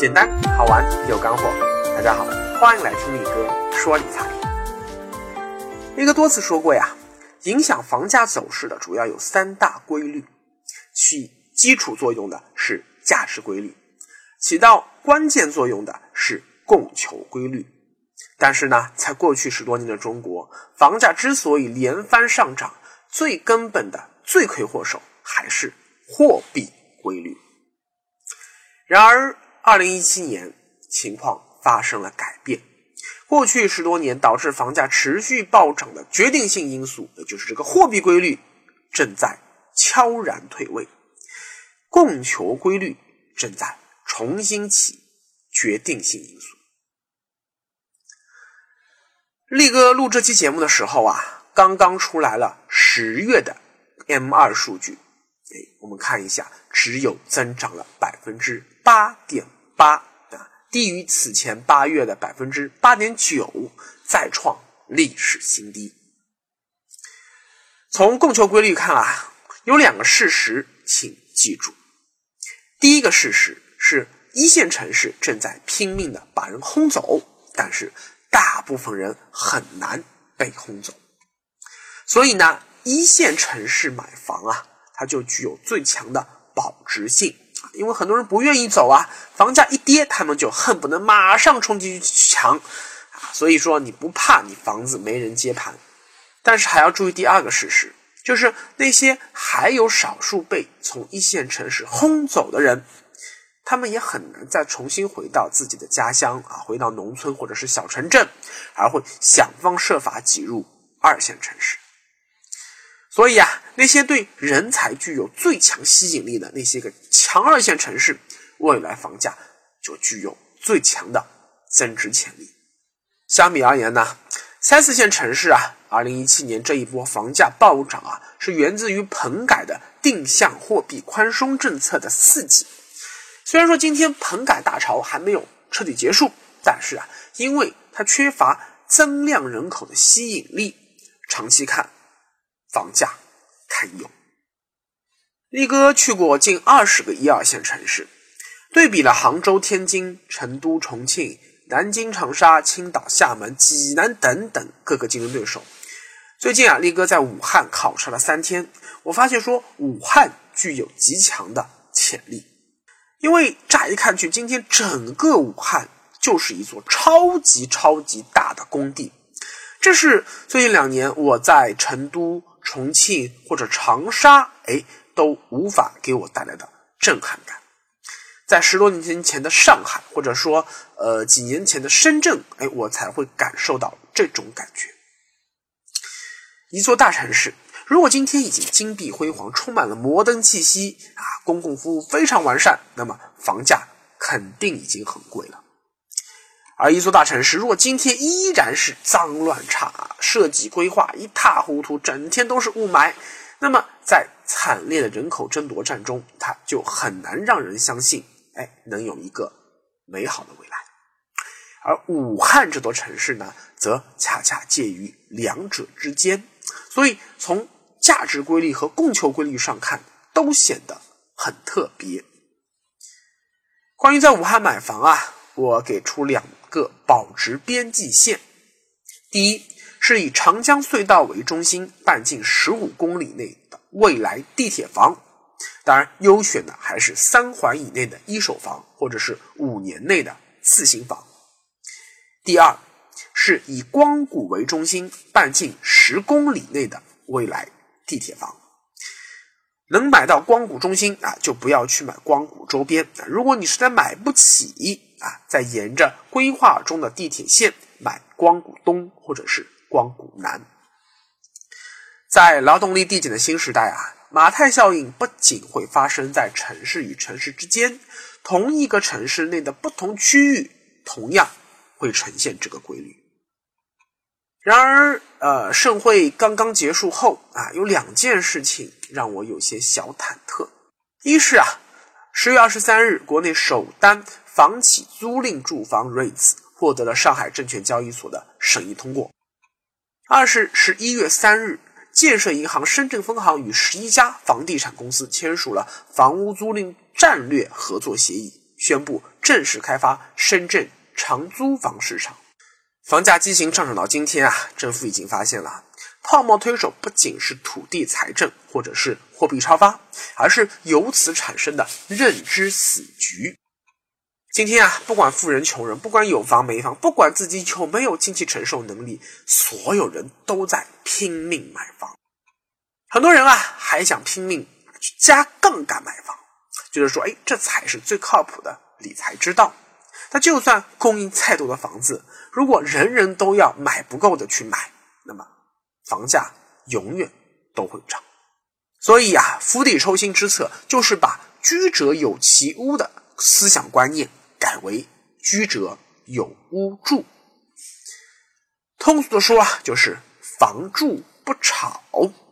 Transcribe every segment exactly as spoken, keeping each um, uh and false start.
简单好玩有干货。大家好，欢迎来听力哥说理财。力哥多次说过呀，影响房价走势的主要有三大规律，起基础作用的是价值规律，起到关键作用的是供求规律。但是呢，在过去十多年的中国，房价之所以连番上涨，最根本的罪魁祸首还是货币规律。然而二零一七年情况发生了改变，过去十多年导致房价持续暴涨的决定性因素，也就是这个货币规律正在悄然退位，供求规律正在重新起决定性因素。力哥录这期节目的时候啊，刚刚出来了十月的 M 二 数据，我们看一下，只有增长了 百分之八点八， 低于此前八月的 百分之八点九， 再创历史新低。从供求规律看啊，有两个事实请记住。第一个事实是一线城市正在拼命的把人轰走，但是大部分人很难被轰走。所以呢，一线城市买房啊，它就具有最强的保值性，因为很多人不愿意走啊，房价一跌他们就恨不得马上冲进去抢，所以说你不怕你房子没人接盘。但是还要注意第二个事实，就是那些还有少数被从一线城市轰走的人，他们也很难再重新回到自己的家乡啊，回到农村或者是小城镇，而会想方设法挤入二线城市。所以啊，那些对人才具有最强吸引力的那些个强二线城市，未来房价就具有最强的增值潜力。相比而言呢，三四线城市啊，二零一七年这一波房价暴涨啊，是源自于棚改的定向货币宽松政策的刺激。虽然说今天棚改大潮还没有彻底结束，但是啊，因为它缺乏增量人口的吸引力，长期看房价堪忧。力哥去过近二十个一二线城市，对比了杭州、天津、成都、重庆、南京、长沙、青岛、厦门、济南等等各个竞争对手。最近啊，力哥在武汉考察了三天，我发现说武汉具有极强的潜力。因为乍一看去，今天整个武汉就是一座超级超级大的工地。这是最近两年我在成都、重庆或者长沙哎都无法给我带来的震撼感。在十多年前的上海，或者说呃几年前的深圳，哎我才会感受到这种感觉。一座大城市如果今天已经金碧辉煌，充满了摩登气息啊，公共服务非常完善，那么房价肯定已经很贵了。而一座大城市如果今天依然是脏乱差，设计规划一塌糊涂，整天都是雾霾，那么在惨烈的人口争夺战中，它就很难让人相信哎，能有一个美好的未来。而武汉这座城市呢，则恰恰介于两者之间，所以从价值规律和供求规律上看，都显得很特别。关于在武汉买房啊，我给出两个保值边际线。第一，是以长江隧道为中心，半径十五公里内的未来地铁房，当然优选的还是三环以内的一手房，或者是五年内的次新房。第二，是以光谷为中心，半径十公里内的未来地铁房。能买到光谷中心啊，就不要去买光谷周边啊。如果你实在买不起啊，再沿着规划中的地铁线买光谷东或者是光谷南。在劳动力递减的新时代啊，马太效应不仅会发生在城市与城市之间，同一个城市内的不同区域同样会呈现这个规律。然而呃，盛会刚刚结束后啊，有两件事情让我有些小忐忑。一是啊，十月二十三日，国内首单房企租赁住房 REITs 获得了上海证券交易所的审议通过。二是十一月三日，建设银行深圳分行与十一家房地产公司签署了房屋租赁战略合作协议， 宣布正式开发深圳长租房市场。房价畸形上涨到今天啊，政府已经发现了，泡沫推手不仅是土地财政或者是货币超发，而是由此产生的认知死局。今天啊，不管富人穷人，不管有房没房，不管自己有没有经济承受能力，所有人都在拼命买房。很多人啊，还想拼命去加杠杆买房，觉得说，哎，这才是最靠谱的理财之道。那就算供应再多的房子，如果人人都要买不够的去买，那么房价永远都会涨。所以啊，釜底抽薪之策就是把居者有其屋的思想观念改为居者有屋住。通俗的说啊，就是房住不炒。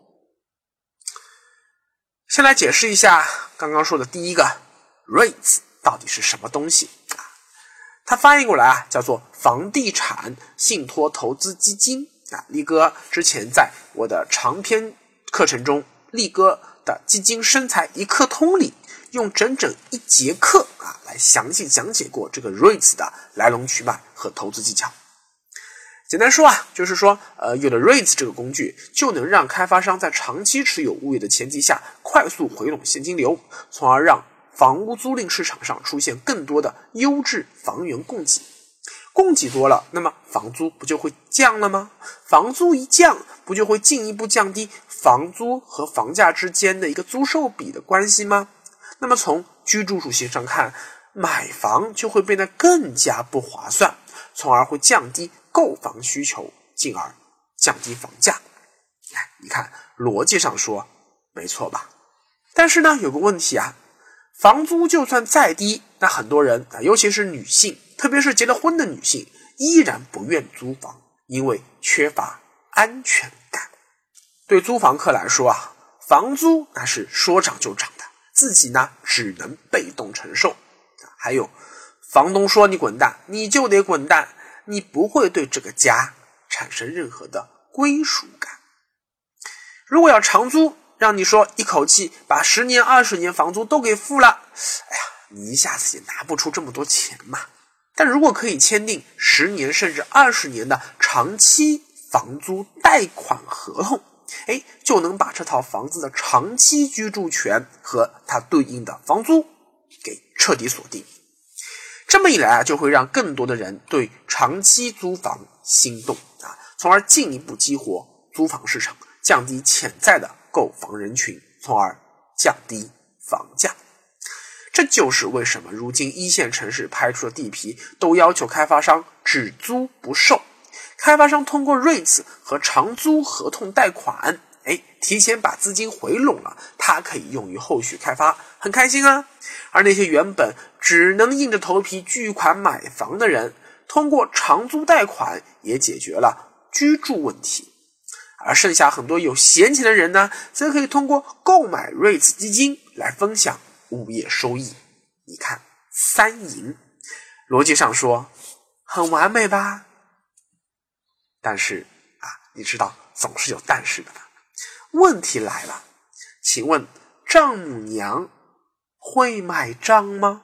先来解释一下刚刚说的第一个 REITs 到底是什么东西。它翻译过来啊，叫做房地产信托投资基金啊。力哥之前在我的长篇课程中，力哥的基金生财一课通里，用整整一节课啊来详细讲解过这个 REITs 的来龙去脉和投资技巧。简单说啊，就是说，呃，有了 REITs 这个工具，就能让开发商在长期持有物业的前提下，快速回笼现金流，从而让房屋租赁市场上出现更多的优质房源供给。供给多了，那么房租不就会降了吗？房租一降，不就会进一步降低房租和房价之间的一个租售比的关系吗？那么从居住属性上看，买房就会变得更加不划算，从而会降低购房需求，进而降低房价。你看逻辑上说没错吧？但是呢，有个问题啊，房租就算再低，那很多人尤其是女性，特别是结了婚的女性，依然不愿租房，因为缺乏安全感。对租房客来说啊，房租那是说涨就涨的，自己呢只能被动承受。还有，房东说你滚蛋，你就得滚蛋，你不会对这个家产生任何的归属感。如果要长租，让你说一口气把十年二十年房租都给付了，哎呀，你一下子也拿不出这么多钱嘛。但如果可以签订十年甚至二十年的长期房租贷款合同，哎，就能把这套房子的长期居住权和它对应的房租给彻底锁定。这么一来啊，就会让更多的人对长期租房心动啊，从而进一步激活租房市场，降低潜在的购房人群，从而降低房价。这就是为什么如今一线城市拍出的地皮都要求开发商只租不售。开发商通过 REITs 和长租合同贷款，哎，提前把资金回笼了，它可以用于后续开发，很开心啊。而那些原本只能硬着头皮巨款买房的人，通过长租贷款也解决了居住问题。而剩下很多有闲钱的人呢，则可以通过购买 REITs 基金来分享物业收益。你看，三赢，逻辑上说很完美吧？但是啊，你知道总是有但是的吧？问题来了，请问丈母娘会买账吗？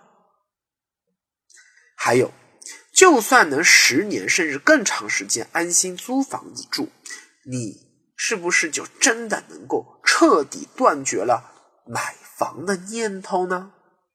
还有，就算能十年甚至更长时间安心租房一住，你是不是就真的能够彻底断绝了买房的念头呢？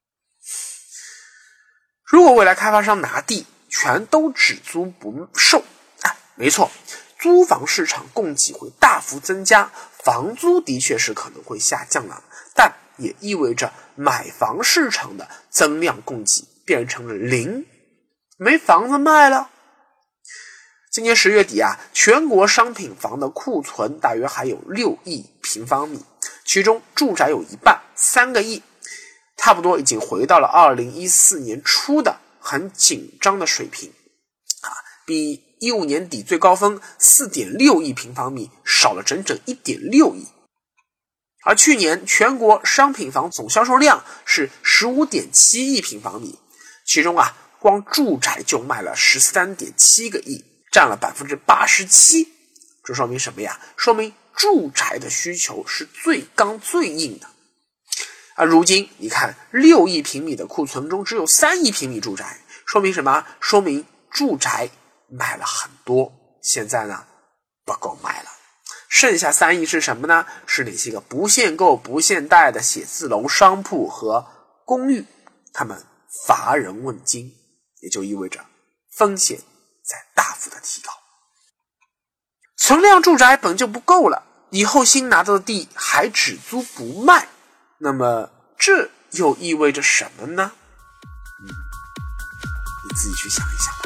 如果未来开发商拿地全都只租不售，哎，没错，租房市场供给会大幅增加，房租的确是可能会下降了，但也意味着买房市场的增量供给变成了零，没房子卖了。今年十月底啊，全国商品房的库存大约还有六亿平方米，其中住宅有一半，三个亿，差不多已经回到了二零一四年初的很紧张的水平啊，比一五年底最高峰 四点六亿平方米少了整整 一点六亿。而去年全国商品房总销售量是 十五点七亿平方米，其中啊，光住宅就卖了 十三点七个亿，占了 百分之八十七。 这说明什么呀？说明住宅的需求是最刚最硬的。 而如今你看六亿平米的库存中只有三亿平米住宅，说明什么？说明住宅卖了很多，现在呢不够卖了。剩下三亿是什么呢？是那些个不限购不限贷的写字楼、商铺和公寓，他们乏人问津，也就意味着风险在大幅的提高。存量住宅本就不够了，以后新拿到的地还只租不卖，那么这又意味着什么呢？嗯，你自己去想一想。